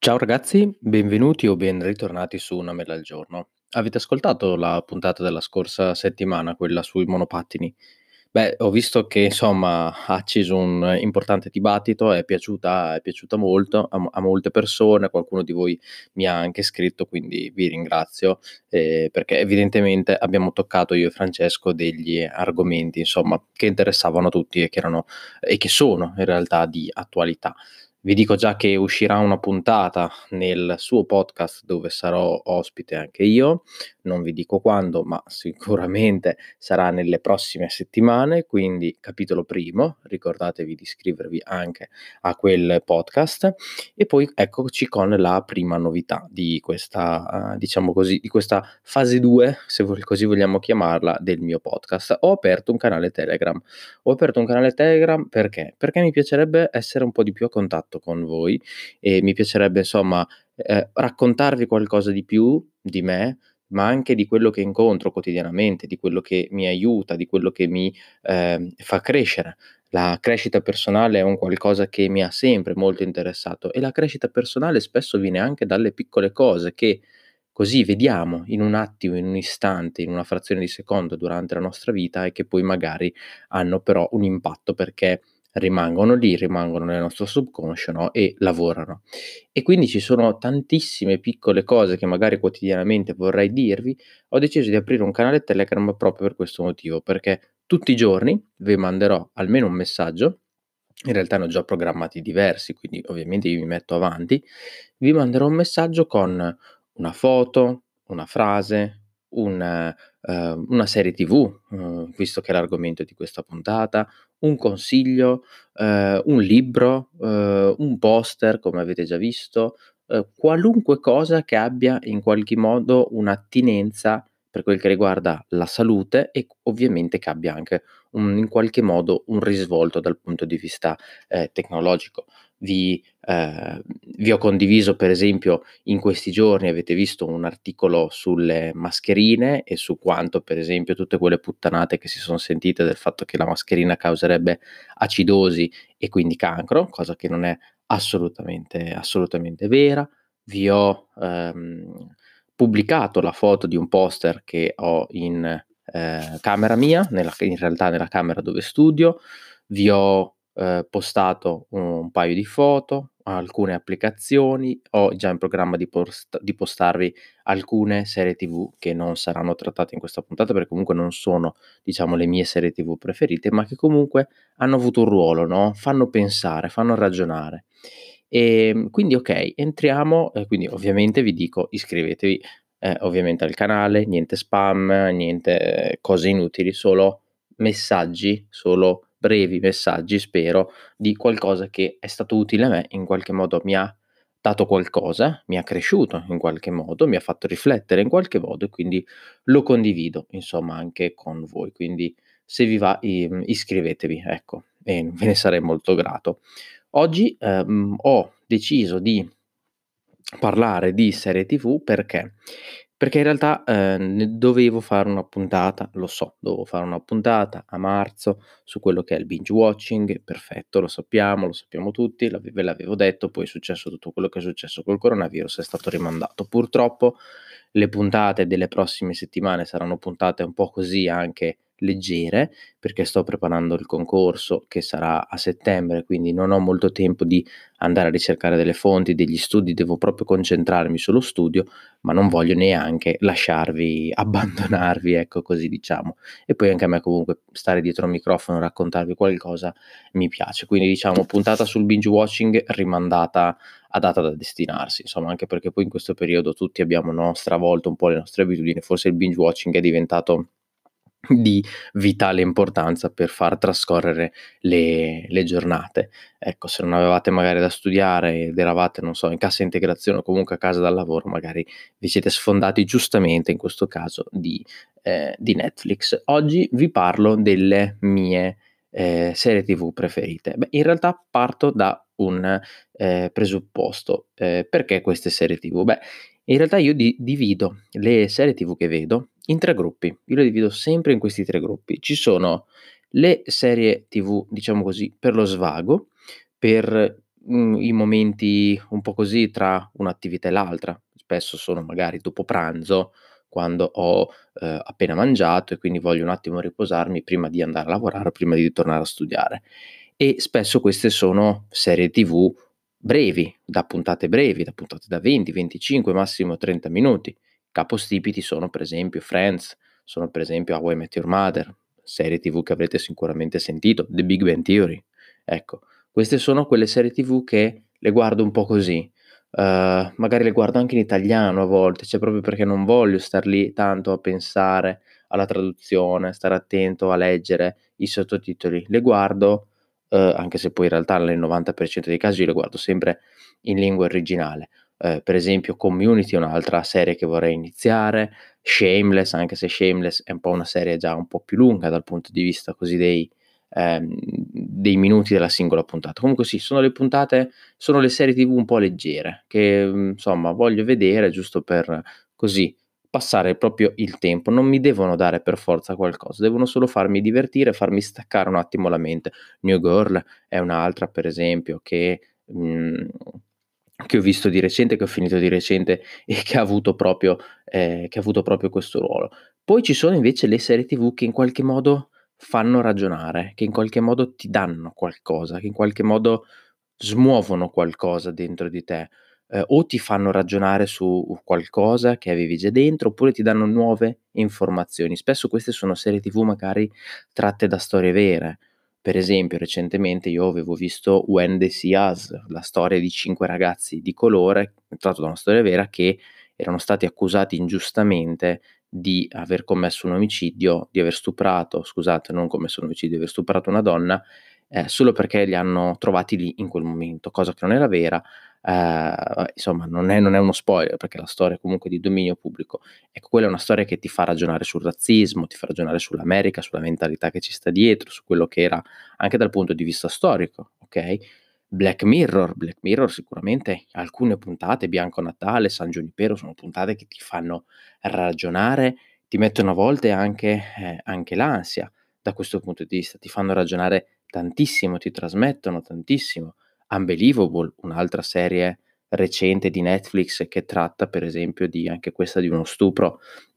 Ciao ragazzi, benvenuti o ben ritornati su Una mela al giorno. Avete ascoltato la puntata della scorsa settimana, quella sui monopattini? Beh, ho visto che insomma ha acceso un importante dibattito, è piaciuta molto a molte persone, qualcuno di voi mi ha anche scritto, quindi vi ringrazio, perché evidentemente abbiamo toccato io e Francesco degli argomenti, insomma, che interessavano a tutti e che sono in realtà di attualità. Vi dico già che uscirà una puntata nel suo podcast dove sarò ospite anche io, non vi dico quando, ma sicuramente sarà nelle prossime settimane, quindi capitolo primo, ricordatevi di iscrivervi anche a quel podcast e poi eccoci con la prima novità di questa, diciamo così, di questa fase 2, se così vogliamo chiamarla, del mio podcast. Ho aperto un canale Telegram. Ho aperto un canale Telegram perché? Perché mi piacerebbe essere un po' di più a contatto con voi e mi piacerebbe insomma, raccontarvi qualcosa di più di me, ma anche di quello che incontro quotidianamente, di quello che mi aiuta, di quello che mi, fa crescere. La crescita personale è un qualcosa che mi ha sempre molto interessato e la crescita personale spesso viene anche dalle piccole cose che così vediamo in un attimo, in un istante, in una frazione di secondo durante la nostra vita e che poi magari hanno però un impatto perché rimangono lì, rimangono nel nostro subconscio, no, e lavorano. E quindi ci sono tantissime piccole cose che magari quotidianamente vorrei dirvi. Ho deciso di aprire un canale Telegram proprio per questo motivo, perché tutti i giorni vi manderò almeno un messaggio, in realtà ne ho già programmati diversi, quindi ovviamente io mi metto avanti, vi manderò un messaggio con una foto, una frase, una serie TV, visto che è l'argomento di questa puntata, un consiglio, un libro, un poster come avete già visto, qualunque cosa che abbia in qualche modo un'attinenza per quel che riguarda la salute e ovviamente che abbia anche in qualche modo un risvolto dal punto di vista, tecnologico. Vi ho condiviso per esempio in questi giorni avete visto un articolo sulle mascherine e su quanto per esempio tutte quelle puttanate che si son sentite del fatto che la mascherina causerebbe acidosi e quindi cancro, cosa che non è assolutamente vera. Vi ho, pubblicato la foto di un poster che ho in, camera mia, in realtà nella camera dove studio. Vi ho, postato un paio di foto, alcune applicazioni, ho già in programma di postarvi alcune serie TV che non saranno trattate in questa puntata, perché comunque non sono, diciamo, le mie serie TV preferite, ma che comunque hanno avuto un ruolo, no, fanno pensare, fanno ragionare. Quindi okay, entriamo quindi ovviamente vi dico iscrivetevi, ovviamente al canale, niente spam, niente cose inutili, solo messaggi, solo brevi messaggi spero, di qualcosa che è stato utile a me, in qualche modo mi ha dato qualcosa, mi ha cresciuto in qualche modo, mi ha fatto riflettere in qualche modo e quindi lo condivido insomma anche con voi. Quindi se vi va iscrivetevi, ecco, e ve ne sarei molto grato. Oggi, ho deciso di parlare di serie TV perché? Perché in realtà, ne dovevo fare una puntata, lo so, dovevo fare una puntata a marzo su quello che è il binge watching, perfetto, lo sappiamo tutti, ve l'avevo detto, poi è successo tutto quello che è successo col coronavirus, è stato rimandato. Purtroppo le puntate delle prossime settimane saranno puntate un po' così anche leggere, perché sto preparando il concorso che sarà a settembre, quindi non ho molto tempo di andare a ricercare delle fonti, degli studi, devo proprio concentrarmi sullo studio, ma non voglio neanche lasciarvi abbandonarvi, ecco, così diciamo. E poi anche a me comunque stare dietro al microfono, raccontarvi qualcosa mi piace. Quindi diciamo puntata sul binge watching rimandata a data da destinarsi, insomma, anche perché poi in questo periodo tutti abbiamo, no, stravolto un po' le nostre abitudini, forse il binge watching è diventato di vitale importanza per far trascorrere le giornate. Ecco, se non avevate magari da studiare ed eravate, non so, in cassa integrazione o comunque a casa dal lavoro, magari vi siete sfondati giustamente in questo caso di Netflix. Oggi vi parlo delle mie, serie TV preferite. Beh, in realtà parto da un, presupposto. Perché queste serie TV? Beh, in realtà io divido le serie TV che vedo in 3 gruppi. Io le divido sempre in questi 3 gruppi. Ci sono le serie TV, diciamo così, per lo svago, per i momenti un po' così tra un'attività e l'altra. Spesso sono magari dopo pranzo, quando ho, appena mangiato e quindi voglio un attimo riposarmi prima di andare a lavorare o prima di tornare a studiare. E spesso queste sono serie TV brevi, da puntate da 20, 25, massimo 30 minuti. Capostipiti sono per esempio Friends, sono per esempio How I Met Your Mother, serie TV che avrete sicuramente sentito, The Big Bang Theory. Ecco, queste sono quelle serie TV che le guardo un po' così, magari le guardo anche in italiano a volte, cioè proprio perché non voglio star lì tanto a pensare alla traduzione, stare attento a leggere i sottotitoli. Le guardo, anche se poi in realtà nel 90% dei casi io le guardo sempre in lingua originale. Per esempio Community è un'altra serie che vorrei iniziare, Shameless, anche se Shameless è un po' una serie già un po' più lunga dal punto di vista così dei minuti della singola puntata. Comunque sì, sono le serie TV un po' leggere che, insomma voglio vedere giusto per così passare proprio il tempo. Non mi devono dare per forza qualcosa, devono solo farmi divertire, farmi staccare un attimo la mente. New Girl è un'altra per esempio che ho visto di recente, che ho finito di recente e che ha avuto proprio questo ruolo. Poi ci sono invece le serie TV che in qualche modo fanno ragionare, che in qualche modo ti danno qualcosa, che in qualche modo smuovono qualcosa dentro di te, o ti fanno ragionare su qualcosa che avevi già dentro, oppure ti danno nuove informazioni. Spesso queste sono serie TV magari tratte da storie vere. Per esempio, recentemente io avevo visto When They See Us, la storia di 5 ragazzi di colore, tratto da una storia vera, che erano stati accusati ingiustamente di aver commesso un omicidio, di aver stuprato scusate, non commesso un omicidio, di aver stuprato una donna, solo perché li hanno trovati lì in quel momento, cosa che non era vera. Insomma non è uno spoiler, perché la storia è comunque di dominio pubblico. Ecco, quella è una storia che ti fa ragionare sul razzismo, ti fa ragionare sull'America, sulla mentalità che ci sta dietro, su quello che era anche dal punto di vista storico, okay? Black Mirror sicuramente alcune puntate, Bianco Natale, San Giunipero, sono puntate che ti fanno ragionare, ti mettono a volte anche l'ansia da questo punto di vista, ti fanno ragionare tantissimo, ti trasmettono tantissimo. Unbelievable, un'altra serie recente di Netflix che tratta per esempio di anche questa di uno stupro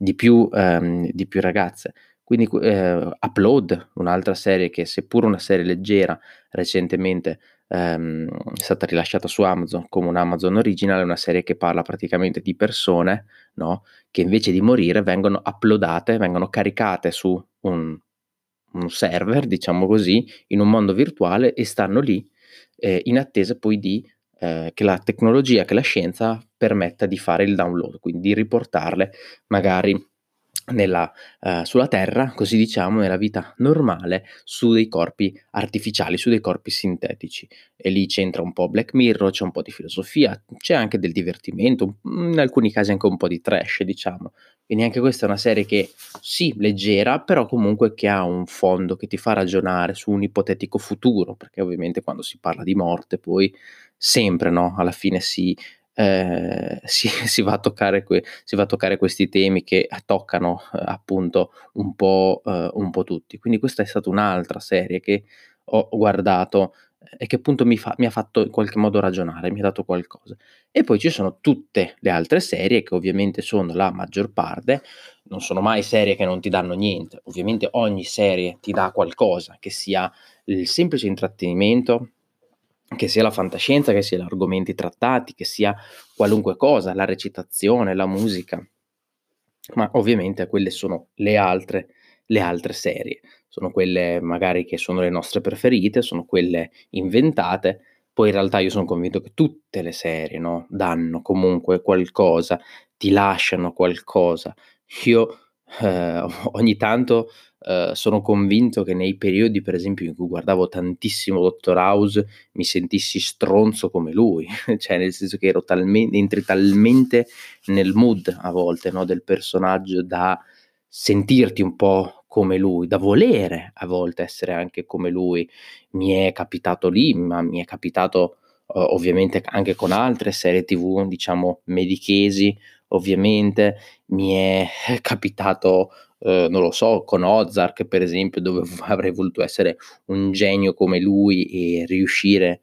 di più ragazze. Quindi Upload, un'altra serie che seppur una serie leggera recentemente, è stata rilasciata su Amazon come un Amazon Original, è una serie che parla praticamente di persone, no, che invece di morire vengono uploadate, vengono caricate su un server, diciamo così, in un mondo virtuale e stanno lì, in attesa poi di che la tecnologia, che la scienza permetta di fare il download, quindi di riportarle magari sulla Terra, così diciamo, nella vita normale, su dei corpi artificiali, su dei corpi sintetici. E lì c'entra un po' Black Mirror, c'è un po' di filosofia, c'è anche del divertimento, in alcuni casi anche un po' di trash, diciamo. Quindi anche questa è una serie che sì, leggera, però comunque che ha un fondo, che ti fa ragionare su un ipotetico futuro, perché ovviamente quando si parla di morte poi sempre, no, alla fine si va a toccare questi temi che toccano, appunto un po' tutti. Quindi questa è stata un'altra serie che ho guardato, e che appunto mi ha fatto in qualche modo ragionare, mi ha dato qualcosa. E poi ci sono tutte le altre serie che ovviamente sono la maggior parte, non sono mai serie che non ti danno niente. Ovviamente ogni serie ti dà qualcosa, che sia il semplice intrattenimento, che sia la fantascienza, che sia gli argomenti trattati, che sia qualunque cosa, la recitazione, la musica. Ma ovviamente quelle sono le altre serie. Sono quelle magari che sono le nostre preferite, sono quelle inventate. Poi in realtà io son convinto che tutte le serie, no, danno comunque qualcosa, ti lasciano qualcosa. Io, ogni tanto, sono convinto che nei periodi, per esempio, in cui guardavo tantissimo Dottor House, mi sentissi stronzo come lui, cioè nel senso che entri talmente nel mood a volte, no, del personaggio da sentirti un po' come lui, da volere a volte essere anche come lui. Mi è capitato lì, ma mi è capitato, ovviamente anche con altre serie TV, diciamo medichesi, ovviamente. Mi è capitato, non lo so, con Ozark per esempio, dove avrei voluto essere un genio come lui e riuscire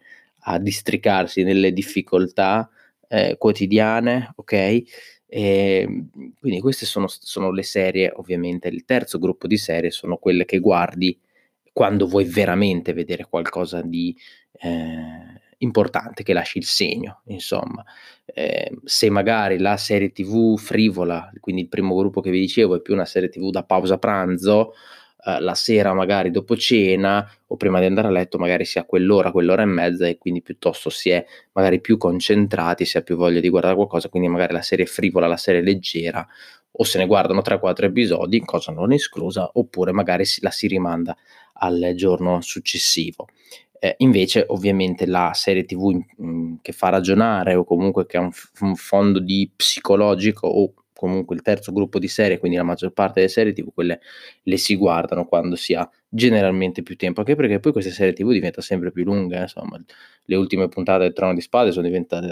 a districarsi nelle difficoltà, quotidiane, okay? Quindi queste sono le serie ovviamente il terzo gruppo di serie sono quelle che guardi quando vuoi veramente vedere qualcosa di, importante, che lasci il segno, insomma. Se magari la serie TV frivola, quindi il primo gruppo che vi dicevo è più una serie TV da pausa pranzo, la sera magari dopo cena o prima di andare a letto magari si ha quell'ora, quell'ora e mezza e quindi piuttosto si è magari più concentrati, si ha più voglia di guardare qualcosa, quindi magari la serie frivola, la serie leggera o se ne guardano 3, 4 episodi, cosa non esclusa, oppure magari la si rimanda al giorno successivo. Invece ovviamente la serie TV che fa ragionare o comunque che ha un fondo di psicologico o comunque il terzo gruppo di serie, quindi la maggior parte delle serie TV, quelle le si guardano quando si ha generalmente più tempo, anche perché poi queste serie TV diventano sempre più lunghe, insomma. Le ultime puntate del Trono di Spade sono diventate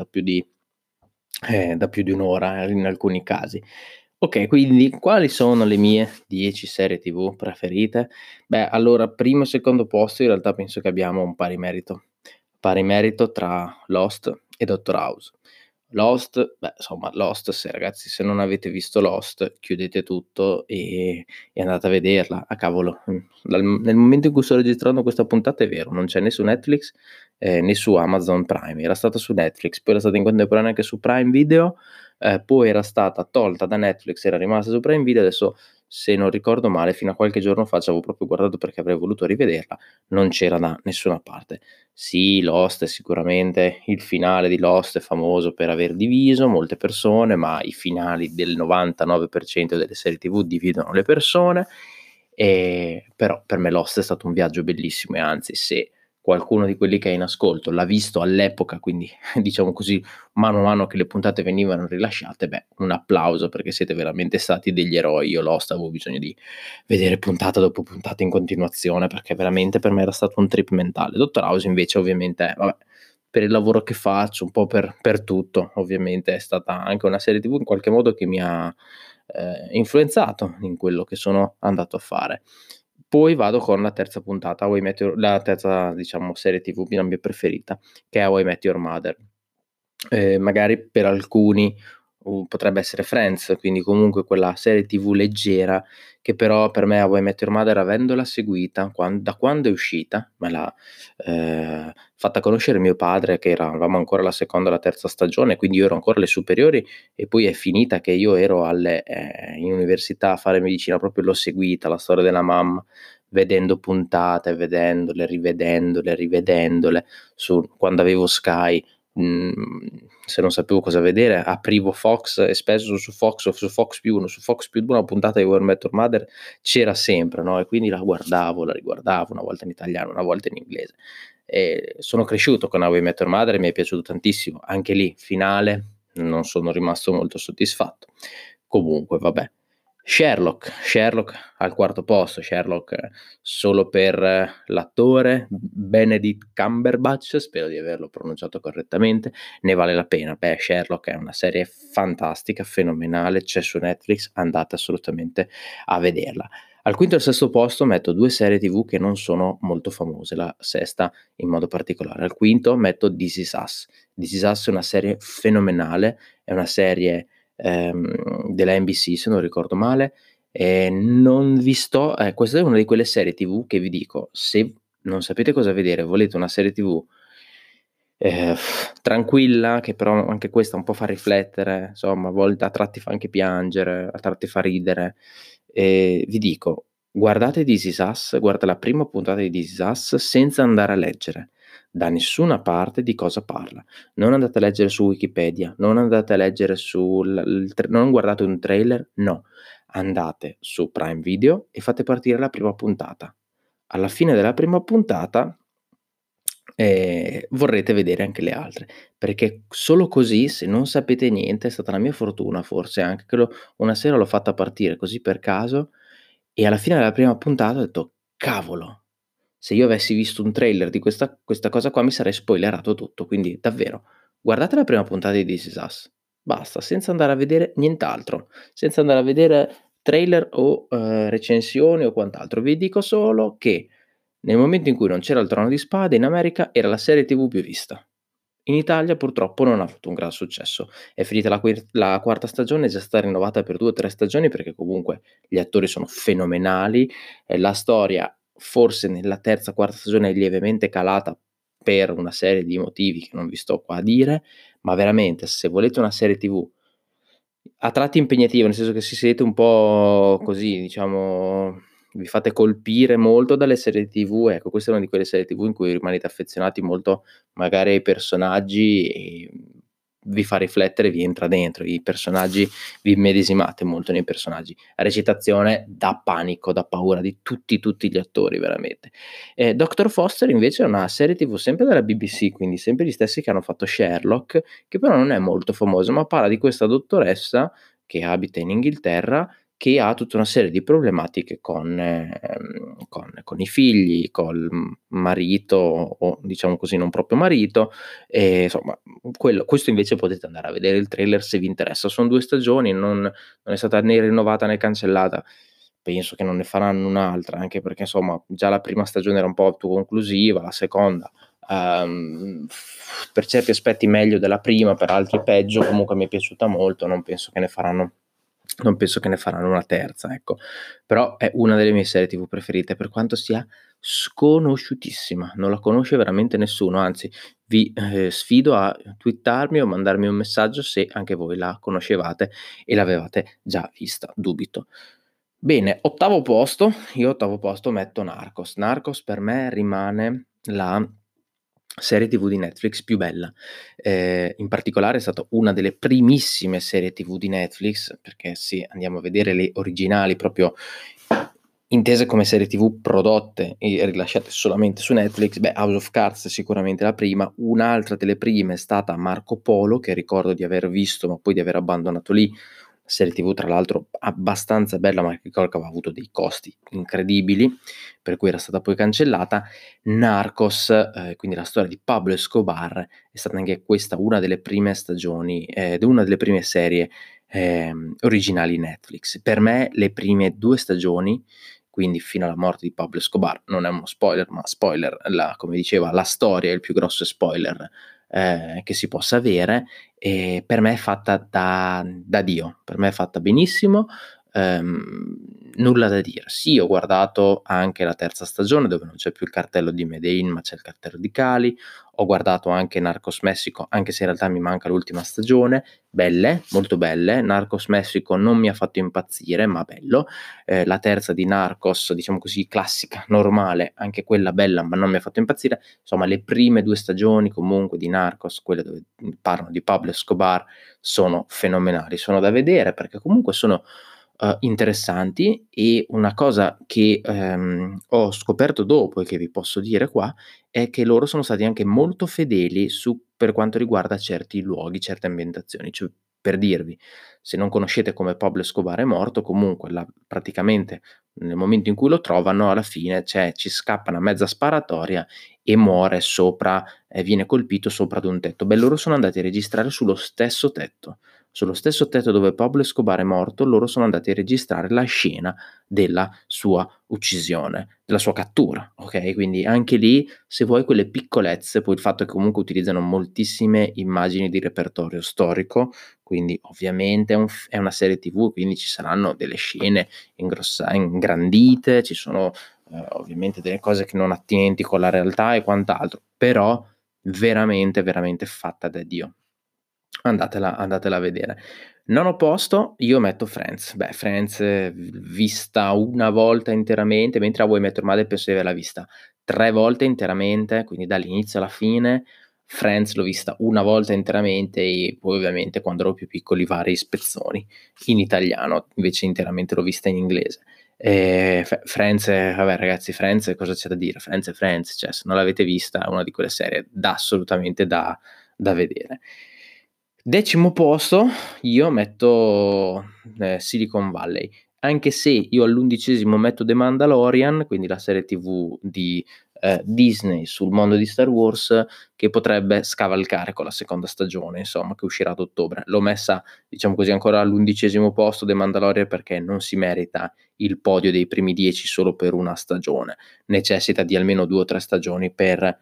da più di 1 ora in alcuni casi. Okay, quindi quali sono le mie 10 serie TV preferite? Beh, allora primo e secondo posto in realtà penso che abbiamo un pari merito. Pari merito tra Lost e Dottor House. Lost, beh, insomma Lost se ragazzi se non avete visto Lost chiudete tutto e andate a vederla. Ah cavolo, nel momento in cui sto registrando questa puntata è vero, non c'è né su Netflix, né su Amazon Prime. Era stata su Netflix, poi era stata in contemporanea anche su Prime Video, poi era stata tolta da Netflix, era rimasta su Prime Video, adesso se non ricordo male fino a qualche giorno fa ci avevo proprio guardato perché avrei voluto rivederla, non c'era da nessuna parte. Sì, Lost è sicuramente il finale di Lost è famoso per aver diviso molte persone, ma i finali del 99% delle serie TV dividono le persone, però per me Lost è stato un viaggio bellissimo e anzi se qualcuno di quelli che è in ascolto l'ha visto all'epoca, quindi diciamo così, mano a mano che le puntate venivano rilasciate, beh, un applauso perché siete veramente stati degli eroi. Io Lost avevo bisogno di vedere puntata dopo puntata in continuazione perché veramente per me era stato un trip mentale. Dottor House invece ovviamente, vabbè, per il lavoro che faccio, un po' per tutto, ovviamente è stata anche una serie TV in qualche modo che mi ha, influenzato in quello che sono andato a fare. Poi vado con la terza puntata, How I Met Your la terza diciamo serie TV, la mia preferita, che è How I Met Your Mother. Magari per alcuni, potrebbe essere Friends, quindi comunque quella serie TV leggera che però per me How I Met Your Mother avendola seguita da quando è uscita, me l'ha, fatta conoscere mio padre che eravamo ancora alla seconda o alla terza stagione, quindi io ero ancora alle superiori e poi è finita che io ero in università a fare medicina, proprio l'ho seguita, la storia della mamma, vedendo puntate, vedendole, rivedendole, rivedendole su quando avevo Sky. Se non sapevo cosa vedere, aprivo Fox e spesso su Fox o su Fox+1, su Fox+2 una puntata di How I Met Your Mother c'era sempre, no, e quindi la guardavo, la riguardavo, una volta in italiano, una volta in inglese. Sono cresciuto con How I Met Your Mother e mi è piaciuto tantissimo. Anche lì, finale, non sono rimasto molto soddisfatto. Comunque vabbè. Sherlock al quarto posto, Sherlock solo per l'attore Benedict Cumberbatch, spero di averlo pronunciato correttamente, ne vale la pena. Beh, Sherlock è una serie fantastica, fenomenale, c'è su Netflix, andate assolutamente a vederla. Al quinto e al sesto posto metto 2 serie TV che non sono molto famose, la sesta in modo particolare. Al quinto metto This Is Us. This Is Us è una serie fenomenale, è una serie della NBC se non ricordo male, non vi sto questa è una di quelle serie TV che vi dico, se non sapete cosa vedere, volete una serie TV, ehm, tranquilla, che però anche questa un po' fa riflettere, insomma a volte a tratti fa anche piangere, a tratti fa ridere, vi dico, guardate This Is Us, guardate la prima puntata di This Is Us senza andare a leggere da nessuna parte di cosa parla. Non andate a leggere su Wikipedia, non andate a leggere non guardate un trailer, no. Andate su Prime Video e fate partire la prima puntata. Alla fine della prima puntata, vorrete vedere anche le altre, perché solo così, se non sapete niente, è stata la mia fortuna forse anche che una sera l'ho fatta partire così per caso e alla fine della prima puntata ho detto: "Cavolo, se io avessi visto un trailer di questa cosa qua mi sarei spoilerato tutto." Quindi davvero, guardate la prima puntata di This Is Us. Basta, senza andare a vedere nient'altro, senza andare a vedere trailer o, recensioni o quant'altro. Vi dico solo che Nel momento in cui non c'era il Trono di Spade, in America era la serie TV più vista. In Italia purtroppo non ha avuto un gran successo. È finita la quarta stagione, è già stata rinnovata per 2 o 3 stagioni perché comunque gli attori sono fenomenali, la storia forse nella terza, quarta stagione è lievemente calata per una serie di motivi che non vi sto qua a dire, ma veramente se volete una serie TV a tratti impegnativa, nel senso che se siete un po' così, diciamo, vi fate colpire molto dalle serie TV, ecco, questa è una di quelle serie TV in cui rimanete affezionati molto magari ai personaggi e vi fa riflettere, vi entra dentro. I personaggi vi immedesimate molto nei personaggi. La recitazione dà panico, dà paura di tutti gli attori veramente. Dr. Foster invece è una serie TV sempre della BBC, quindi sempre gli stessi che hanno fatto Sherlock, che però non è molto famosa, ma parla di questa dottoressa che abita in Inghilterra, che ha tutta una serie di problematiche con i figli, col marito o diciamo così non proprio marito, insomma questo invece potete andare a vedere il trailer se vi interessa. Son 2 stagioni, non è stata né rinnovata né cancellata. Penso che non ne faranno un'altra, anche perché insomma già la prima stagione era un po' autoconclusiva, la seconda, per certi aspetti meglio della prima, per altri peggio, comunque mi è piaciuta molto, non penso che ne faranno una terza, ecco. Però è una delle mie serie TV preferite, per quanto sia sconosciutissima, non la conosce veramente nessuno, anzi vi, sfido a twittarmi o mandarmi un messaggio se anche voi la conoscevate e l'avevate già vista, dubito. Bene, ottavo posto metto Narcos. Narcos per me rimane la serie TV di Netflix più bella. In particolare è stata una delle primissime serie TV di Netflix, perché se andiamo a vedere le originali, proprio intese come serie TV prodotte e rilasciate solamente su Netflix, beh, House of Cards è sicuramente la prima. Un'altra delle prime è stata Marco Polo, che ricordo di aver visto, ma poi di aver abbandonato lì. Serie TV tra l'altro abbastanza bella, ma che ricordo che aveva avuto dei costi incredibili, per cui era stata poi cancellata. Narcos, quindi la storia di Pablo Escobar, è stata anche questa una delle prime stagioni, ed una delle prime serie, originali Netflix. Per me le prime 2 stagioni, quindi fino alla morte di Pablo Escobar, non è uno spoiler, ma spoiler, come diceva la storia è il più grosso spoiler, che si possa avere, per me è fatta da Dio, per me è fatta benissimo, nulla da dire. Sì, ho guardato anche la terza stagione dove non c'è più il cartello di Medellin, ma c'è il cartello di Cali, ho guardato anche Narcos Messico, anche se in realtà mi manca l'ultima stagione, belle, molto belle. Narcos Messico non mi ha fatto impazzire, ma bello. La terza di Narcos, diciamo così, classica, normale, anche quella bella, ma non mi ha fatto impazzire. Insomma, le prime 2 stagioni comunque di Narcos, quelle dove parlano di Pablo Escobar, sono fenomenali, sono da vedere perché comunque sono interessanti, e una cosa che, ho scoperto dopo e che vi posso dire qua, è che loro sono stati anche molto fedeli per quanto riguarda certi luoghi, certe ambientazioni. Cioè, per dirvi, se non conoscete come Pablo Escobar è morto, comunque praticamente nel momento in cui lo trovano alla fine ci scappa una mezza sparatoria e muore sopra, viene colpito sopra ad un tetto. Beh, loro sono andati a registrare sullo stesso tetto dove Pablo Escobar è morto, loro sono andati a registrare la scena della sua uccisione, della sua cattura, okay, quindi anche lì, se vuoi quelle piccolezze, poi il fatto che comunque utilizzano moltissime immagini di repertorio storico, quindi ovviamente è una serie TV, quindi ci saranno delle scene ingrandite, ci sono, ovviamente delle cose che non attinenti con la realtà e quant'altro, però veramente fatta da Dio. Andatela a vedere. Nono posto io metto Friends. Beh, Friends vista una volta interamente, mentre How I Met Your Mother penso di averla vista 3 volte interamente, quindi dall'inizio alla fine. Friends l'ho vista una volta interamente e poi ovviamente quando ero più piccolo i vari spezzoni in italiano, invece interamente l'ho vista in inglese. Friends, vabbè ragazzi, Friends cosa c'è da dire? Friends è Friends, cioè se non l'avete vista è una di quelle serie assolutamente da vedere. Decimo posto io metto, Silicon Valley, anche se io all'11° metto The Mandalorian, quindi la serie TV di, Disney sul mondo di Star Wars che potrebbe scavalcare con la seconda stagione, insomma, che uscirà ad ottobre. L'ho messa, diciamo così, ancora all'11° posto The Mandalorian perché non si merita il podio dei primi 10 solo per una stagione, necessita di almeno 2 o 3 stagioni per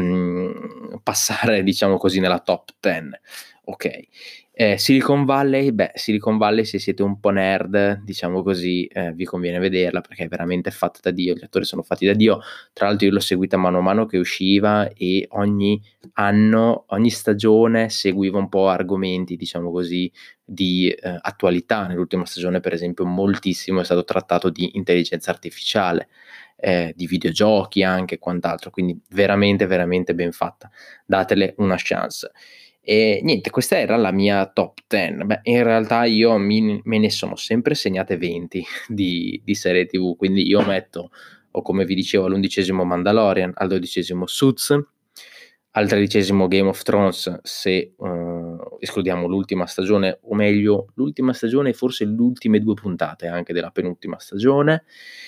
passare, diciamo così, nella top 10. Ok. Silicon Valley, Silicon Valley, se siete un po' nerd, diciamo così, vi conviene vederla perché è veramente fatta da Dio, gli attori sono fatti da Dio. Tra l'altro io l'ho seguita mano a mano che usciva e ogni anno, ogni stagione seguiva un po' argomenti, diciamo così, di attualità. Nell'ultima stagione, per esempio, moltissimo è stato trattato di intelligenza artificiale, di videogiochi anche e quant'altro, quindi veramente, veramente ben fatta. Datele una chance. E niente, questa era la mia top 10. Beh, in realtà io me ne sono sempre segnate 20 di serie TV, quindi io metto, o come vi dicevo, all'11° Mandalorian, al 12° Suits, al 13° Game of Thrones, se escludiamo l'ultima stagione, o meglio, l'ultima stagione e forse le ultime 2 puntate anche della penultima stagione.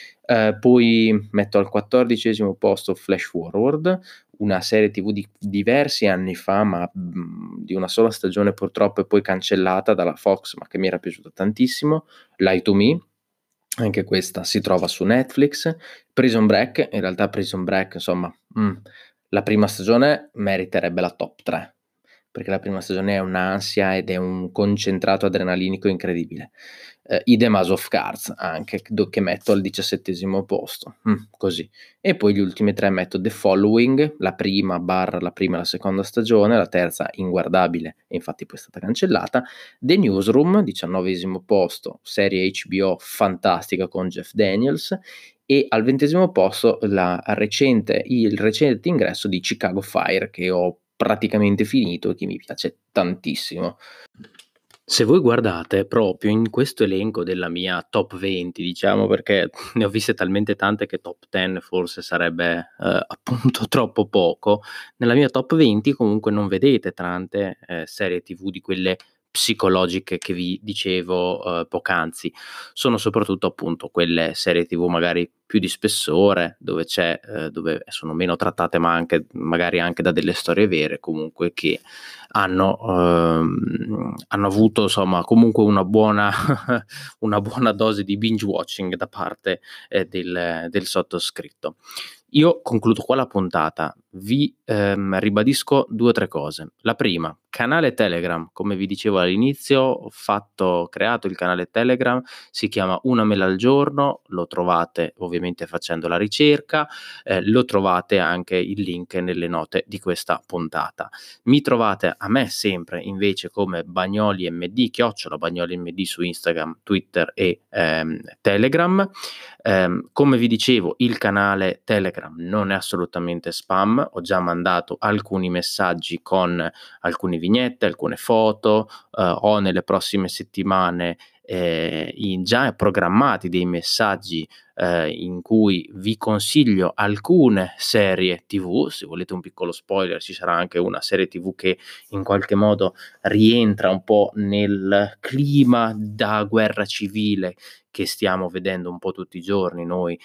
Poi metto al 14° posto Flash Forward, una serie TV di diversi anni fa, ma di una sola stagione purtroppo e poi cancellata dalla Fox, ma che mi era piaciuta tantissimo. Lie to Me, anche questa si trova su Netflix. Prison Break, in realtà Prison Break, insomma, la prima stagione meriterebbe la top 3, perché la prima stagione è un'ansia ed è un concentrato adrenalinico incredibile. Idem House of Cards anche, che metto al 17° posto, così. E poi gli ultimi 3 metto The Following, la prima e la seconda stagione, la terza inguardabile e infatti poi è stata cancellata. The Newsroom, 19° posto, serie HBO fantastica con Jeff Daniels, e al 20° posto il recente ingresso di Chicago Fire, che ho praticamente finito e che mi piace tantissimo. Se voi guardate proprio in questo elenco della mia top 20, diciamo, perché ne ho viste talmente tante che top 10 forse sarebbe appunto troppo poco, nella mia top 20 comunque non vedete tante serie TV di quelle psicologiche che vi dicevo poc'anzi. Sono soprattutto appunto quelle serie TV magari più di spessore, dove dove sono meno trattate, ma anche magari anche da delle storie vere, comunque, che hanno avuto, insomma, comunque una buona una buona dose di binge watching da parte del sottoscritto. Io concludo qua la puntata. Vi ribadisco 2 o 3 cose. La prima: canale Telegram, come vi dicevo all'inizio, ho creato il canale Telegram, si chiama Una mela al giorno, lo trovate ovviamente facendo la ricerca, lo trovate anche il link nelle note di questa puntata. Mi trovate a me sempre invece come Bagnoli MD, @Bagnoli MD su Instagram, Twitter e Telegram. Come vi dicevo, il canale Telegram non è assolutamente spam, ho già mandato alcuni messaggi con alcune vignette, alcune foto, ho nelle prossime settimane già programmati dei messaggi in cui vi consiglio alcune serie TV. Se volete un piccolo spoiler, ci sarà anche una serie TV che in qualche modo rientra un po' nel clima da guerra civile che stiamo vedendo un po' tutti i giorni noi,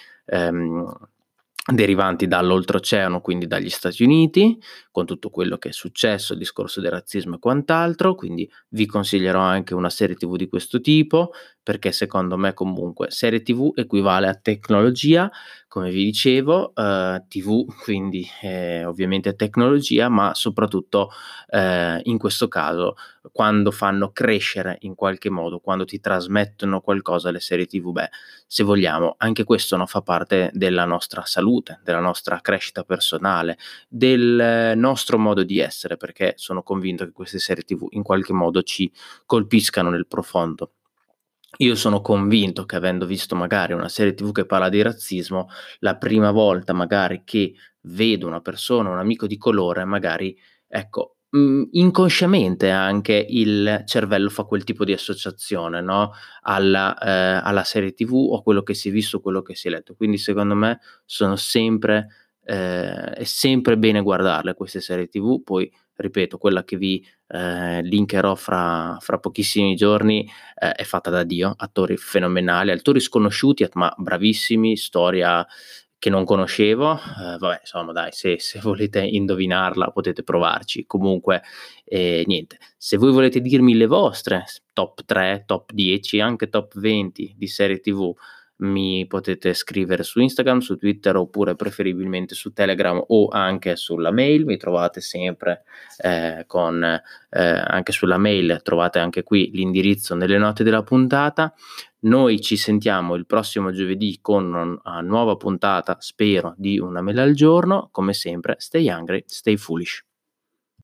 derivanti dall'oltreoceano, quindi dagli Stati Uniti, con tutto quello che è successo, il discorso del razzismo e quant'altro. Quindi vi consiglierò anche una serie TV di questo tipo, perché secondo me comunque serie TV equivale a tecnologia, come vi dicevo, TV quindi ovviamente tecnologia, ma soprattutto in questo caso quando fanno crescere in qualche modo, quando ti trasmettono qualcosa le serie TV, se vogliamo anche questo, no, fa parte della nostra salute, della nostra crescita personale, del nostro modo di essere, perché sono convinto che queste serie TV in qualche modo ci colpiscano nel profondo. Io sono convinto che, avendo visto magari una serie TV che parla di razzismo, la prima volta magari che vedo una persona, un amico di colore, magari, ecco, inconsciamente anche il cervello fa quel tipo di associazione, no, alla serie TV o a quello che si è visto, quello che si è letto. Quindi secondo me è sempre bene guardarle queste serie TV. Poi ripeto, quella che vi linkerò fra pochissimi giorni è fatta da Dio, attori fenomenali, attori sconosciuti ma bravissimi, storia che non conoscevo, vabbè insomma dai, se volete indovinarla potete provarci. Comunque, niente, se voi volete dirmi le vostre top 3, top 10, anche top 20 di serie TV, mi potete scrivere su Instagram, su Twitter, oppure preferibilmente su Telegram o anche sulla mail. Mi trovate sempre anche sulla mail, trovate anche qui l'indirizzo nelle note della puntata. Noi ci sentiamo il prossimo giovedì con una nuova puntata, spero, di Una mela al giorno. Come sempre, stay hungry, stay foolish.